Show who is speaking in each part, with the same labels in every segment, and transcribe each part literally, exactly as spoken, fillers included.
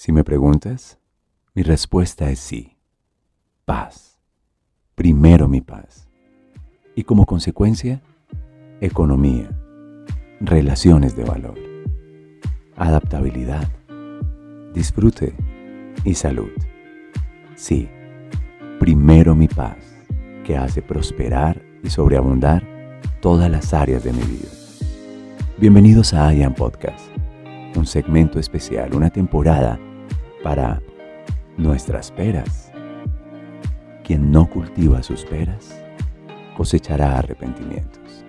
Speaker 1: Si me preguntas, mi respuesta es sí. Paz. Primero mi paz. Y como consecuencia, economía, relaciones de valor, adaptabilidad, disfrute y salud. Sí, primero mi paz, que hace prosperar y sobreabundar todas las áreas de mi vida. Bienvenidos a I Am Podcast, un segmento especial, una temporada para nuestras peras. Quien no cultiva sus peras, cosechará arrepentimientos.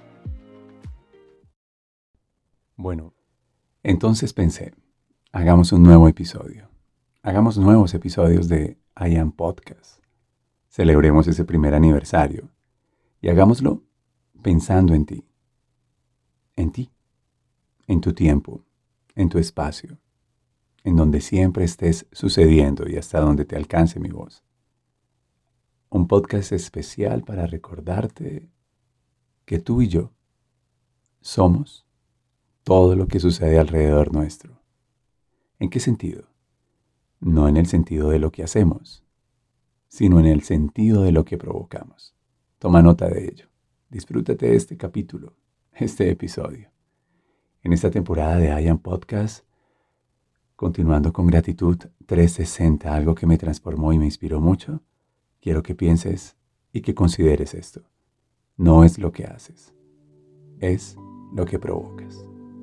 Speaker 1: Bueno, entonces pensé, hagamos un nuevo episodio. Hagamos nuevos episodios de I Am Podcast. Celebremos ese primer aniversario y hagámoslo pensando en ti. En ti, en tu tiempo, en tu espacio, en donde siempre estés sucediendo y hasta donde te alcance mi voz. Un podcast especial para recordarte que tú y yo somos todo lo que sucede alrededor nuestro. ¿En qué sentido? No en el sentido de lo que hacemos, sino en el sentido de lo que provocamos. Toma nota de ello. Disfrútate de este capítulo, este episodio. En esta temporada de I Am Podcast, continuando con gratitud trescientos sesenta, algo que me transformó y me inspiró mucho, quiero que pienses y que consideres esto. No es lo que haces, es lo que provocas.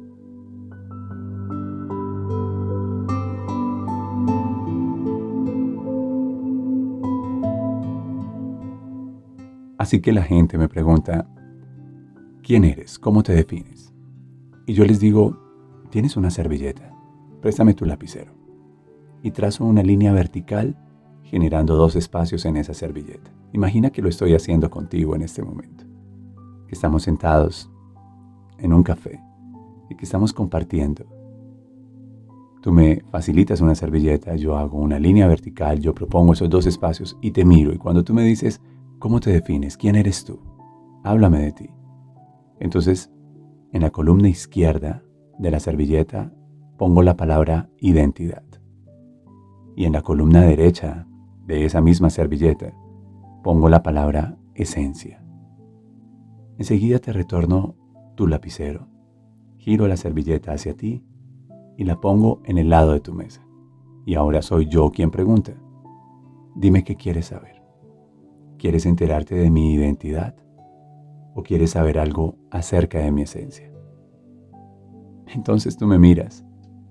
Speaker 1: Así que la gente me pregunta, ¿quién eres? ¿Cómo te defines? Y yo les digo, ¿tienes una servilleta? Préstame tu lapicero. Y trazo una línea vertical generando dos espacios en esa servilleta. Imagina que lo estoy haciendo contigo en este momento. Que estamos sentados en un café y que estamos compartiendo. Tú me facilitas una servilleta, yo hago una línea vertical, yo propongo esos dos espacios y te miro. Y cuando tú me dices, ¿cómo te defines? ¿Quién eres tú? Háblame de ti. Entonces, en la columna izquierda de la servilleta pongo la palabra identidad. Y en la columna derecha de esa misma servilleta pongo la palabra esencia. Enseguida te retorno tu lapicero, giro la servilleta hacia ti y la pongo en el lado de tu mesa. Y ahora soy yo quien pregunta. Dime qué quieres saber. ¿Quieres enterarte de mi identidad? ¿O quieres saber algo acerca de mi esencia? Entonces tú me miras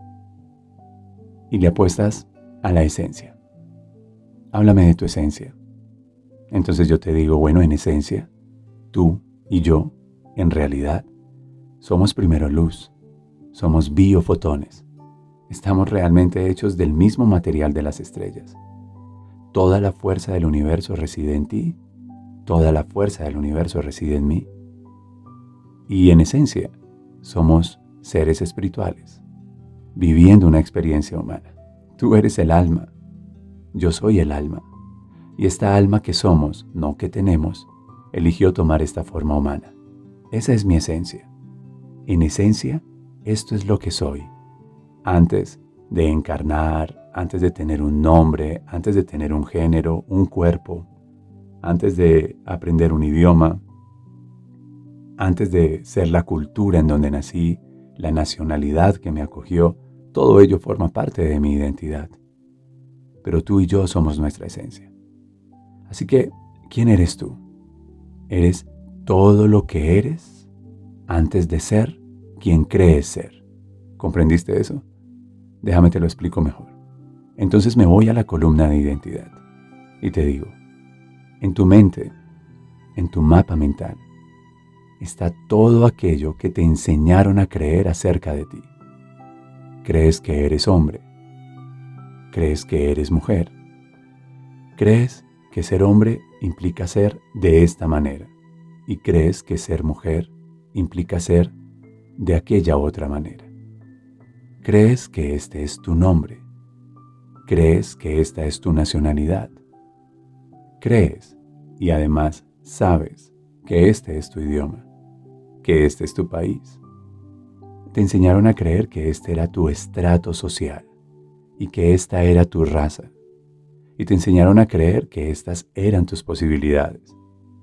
Speaker 1: y le apuestas a la esencia. Háblame de tu esencia. Entonces yo te digo, bueno, en esencia, tú y yo, en realidad, somos primero luz, somos biofotones. Estamos realmente hechos del mismo material de las estrellas. Toda la fuerza del universo reside en ti, toda la fuerza del universo reside en mí. Y en esencia, somos seres espirituales, viviendo una experiencia humana. Tú eres el alma, yo soy el alma, y esta alma que somos, no que tenemos, eligió tomar esta forma humana. Esa es mi esencia. En esencia, esto es lo que soy. Antes de encarnar, antes de tener un nombre, antes de tener un género, un cuerpo, antes de aprender un idioma, antes de ser la cultura en donde nací, la nacionalidad que me acogió, todo ello forma parte de mi identidad. Pero tú y yo somos nuestra esencia. Así que, ¿quién eres tú? Eres todo lo que eres antes de ser quien crees ser. ¿Comprendiste eso? Déjame te lo explico mejor. Entonces me voy a la columna de identidad y te digo, en tu mente, en tu mapa mental, está todo aquello que te enseñaron a creer acerca de ti. Crees que eres hombre. Crees que eres mujer. Crees que ser hombre implica ser de esta manera. Y crees que ser mujer implica ser de aquella otra manera. Crees que este es tu nombre. Crees que esta es tu nacionalidad. Crees y además sabes que este es tu idioma, que este es tu país. Te enseñaron a creer que este era tu estrato social y que esta era tu raza. Y te enseñaron a creer que estas eran tus posibilidades.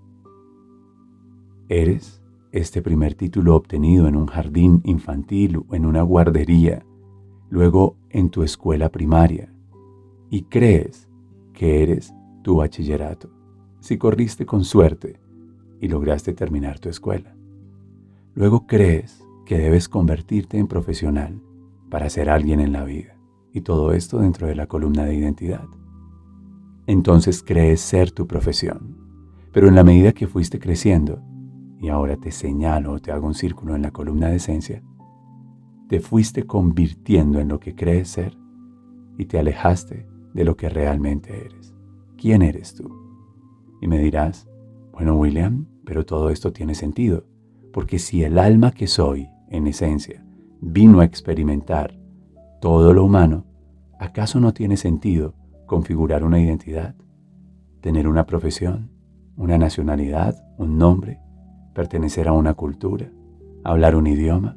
Speaker 1: Eres este primer título obtenido en un jardín infantil o en una guardería, luego en tu escuela primaria, y crees que eres tu bachillerato, si corriste con suerte y lograste terminar tu escuela. Luego crees que debes convertirte en profesional para ser alguien en la vida, y todo esto dentro de la columna de identidad. Entonces crees ser tu profesión, pero en la medida que fuiste creciendo, y ahora te señalo o te hago un círculo en la columna de esencia, te fuiste convirtiendo en lo que crees ser y te alejaste de lo que realmente eres. ¿Quién eres tú? Y me dirás, bueno, William, pero todo esto tiene sentido, porque si el alma que soy, en esencia, vino a experimentar todo lo humano, ¿acaso no tiene sentido configurar una identidad, tener una profesión, una nacionalidad, un nombre, pertenecer a una cultura, hablar un idioma?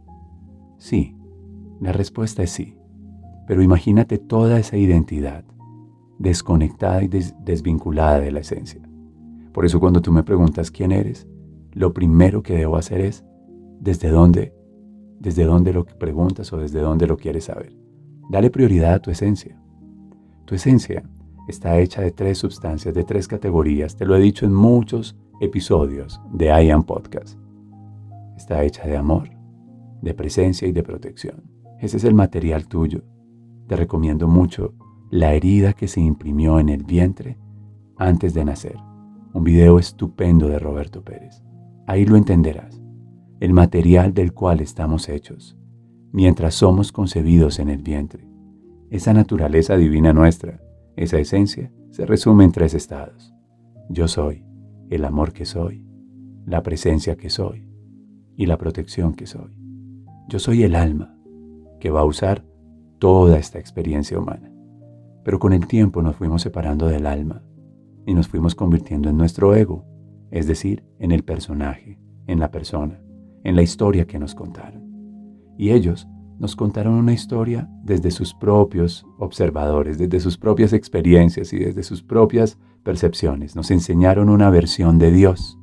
Speaker 1: Sí, la respuesta es sí, pero imagínate toda esa identidad desconectada y des- desvinculada de la esencia. Por eso cuando tú me preguntas quién eres, lo primero que debo hacer es desde dónde, desde dónde lo preguntas o desde dónde lo quieres saber. Dale prioridad a tu esencia. Tu esencia está hecha de tres sustancias, de tres categorías. Te lo he dicho en muchos episodios de I Am Podcast. Está hecha de amor, de presencia y de protección. Ese es el material tuyo. Te recomiendo mucho La herida que se imprimió en el vientre antes de nacer. Un video estupendo de Roberto Pérez. Ahí lo entenderás. El material del cual estamos hechos, mientras somos concebidos en el vientre. Esa naturaleza divina nuestra, esa esencia, se resume en tres estados. Yo soy, el amor que soy, la presencia que soy y la protección que soy. Yo soy el alma que va a usar toda esta experiencia humana. Pero con el tiempo nos fuimos separando del alma y nos fuimos convirtiendo en nuestro ego, es decir, en el personaje, en la persona, en la historia que nos contaron. Y ellos nos contaron una historia desde sus propios observadores, desde sus propias experiencias y desde sus propias percepciones. Nos enseñaron una versión de Dios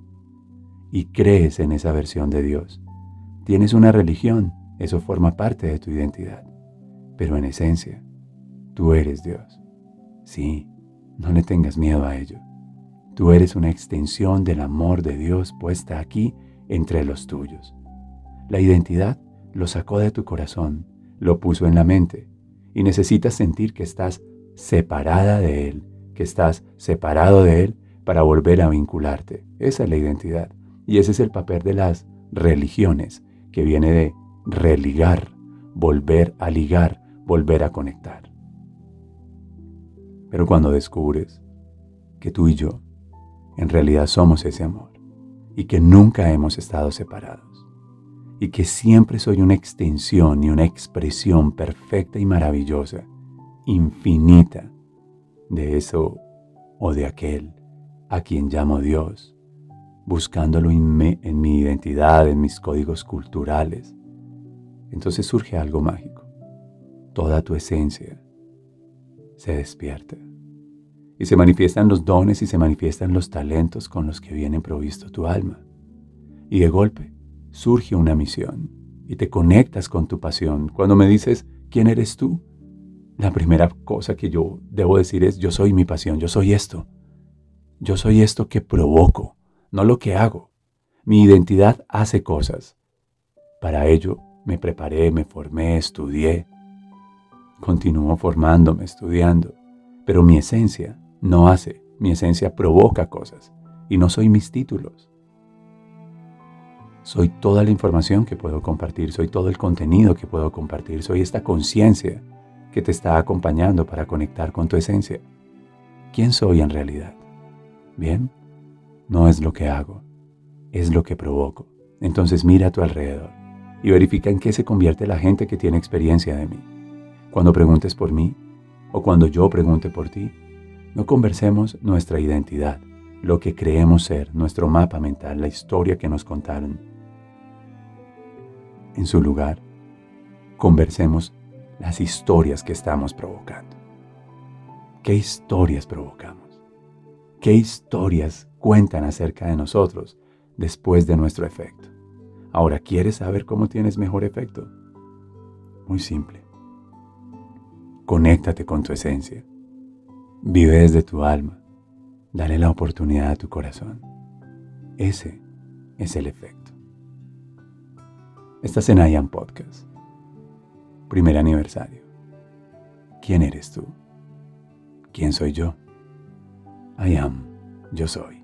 Speaker 1: y crees en esa versión de Dios. Tienes una religión, eso forma parte de tu identidad, pero en esencia, tú eres Dios. Sí, no le tengas miedo a ello. Tú eres una extensión del amor de Dios puesta aquí entre los tuyos. La identidad lo sacó de tu corazón, lo puso en la mente y necesitas sentir que estás separada de Él, que estás separado de Él para volver a vincularte. Esa es la identidad y ese es el papel de las religiones, que viene de religar, volver a ligar, volver a conectar. Pero cuando descubres que tú y yo en realidad somos ese amor y que nunca hemos estado separados y que siempre soy una extensión y una expresión perfecta y maravillosa, infinita, de eso o de aquel a quien llamo Dios, buscándolo en mi, en mi identidad, en mis códigos culturales, entonces surge algo mágico. Toda tu esencia se despierta y se manifiestan los dones y se manifiestan los talentos con los que viene provisto tu alma. Y de golpe surge una misión y te conectas con tu pasión. Cuando me dices, ¿quién eres tú? La primera cosa que yo debo decir es, yo soy mi pasión, yo soy esto. Yo soy esto que provoco, no lo que hago. Mi identidad hace cosas. Para ello me preparé, me formé, estudié. Continúo formándome, estudiando. Pero mi esencia no hace, mi esencia provoca cosas. Y no soy mis títulos. Soy toda la información que puedo compartir, soy todo el contenido que puedo compartir, soy esta conciencia que te está acompañando para conectar con tu esencia. ¿Quién soy en realidad? Bien, no es lo que hago, es lo que provoco. Entonces mira a tu alrededor y verifica en qué se convierte la gente que tiene experiencia de mí. Cuando preguntes por mí o cuando yo pregunte por ti, no conversemos nuestra identidad, lo que creemos ser, nuestro mapa mental, la historia que nos contaron. En su lugar, conversemos las historias que estamos provocando. ¿Qué historias provocamos? ¿Qué historias cuentan acerca de nosotros después de nuestro efecto? Ahora, ¿quieres saber cómo tienes mejor efecto? Muy simple. Conéctate con tu esencia. Vive desde tu alma. Dale la oportunidad a tu corazón. Ese es el efecto. Estás en I Am Podcast. Primer aniversario. ¿Quién eres tú? ¿Quién soy yo? I am, yo soy.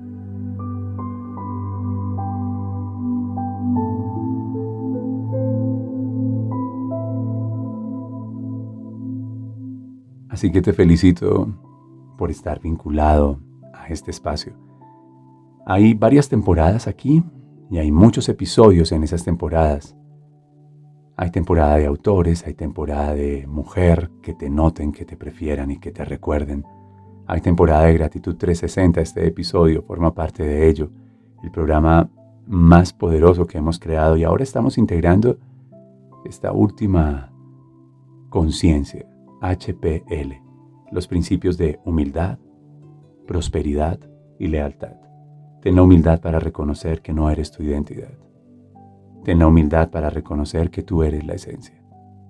Speaker 1: Así que te felicito por estar vinculado a este espacio. Hay varias temporadas aquí y hay muchos episodios en esas temporadas. Hay temporada de autores, hay temporada de mujer que te noten, que te prefieran y que te recuerden. Hay temporada de Gratitud trescientos sesenta, este episodio forma parte de ello, el programa más poderoso que hemos creado, y ahora estamos integrando esta última conciencia, H P L, los principios de humildad, prosperidad y lealtad. Ten la humildad para reconocer que no eres tu identidad. Ten la humildad para reconocer que tú eres la esencia.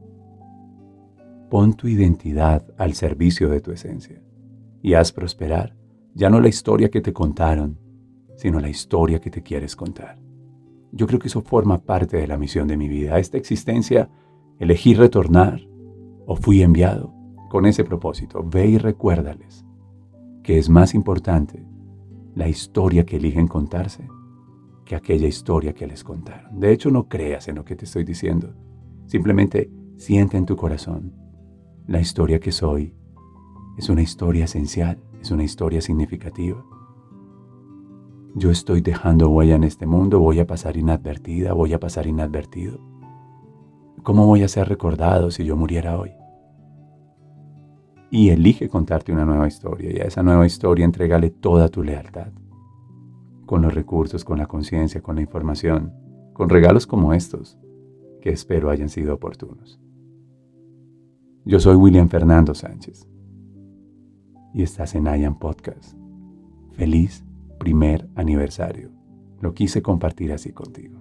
Speaker 1: Pon tu identidad al servicio de tu esencia y haz prosperar ya no la historia que te contaron, sino la historia que te quieres contar. Yo creo que eso forma parte de la misión de mi vida. A esta existencia elegí retornar o fui enviado con ese propósito. Ve y recuérdales que es más importante la historia que eligen contarse que aquella historia que les contaron. De hecho, no creas en lo que te estoy diciendo. Simplemente siente en tu corazón. La historia que soy es una historia esencial, es una historia significativa. Yo estoy dejando huella en este mundo, voy a pasar inadvertida, voy a pasar inadvertido. ¿Cómo voy a ser recordado si yo muriera hoy? Y elige contarte una nueva historia, y a esa nueva historia entrégale toda tu lealtad. Con los recursos, con la conciencia, con la información, con regalos como estos, que espero hayan sido oportunos. Yo soy William Fernando Sánchez, y estás en I Am Podcast. Feliz primer aniversario. Lo quise compartir así contigo.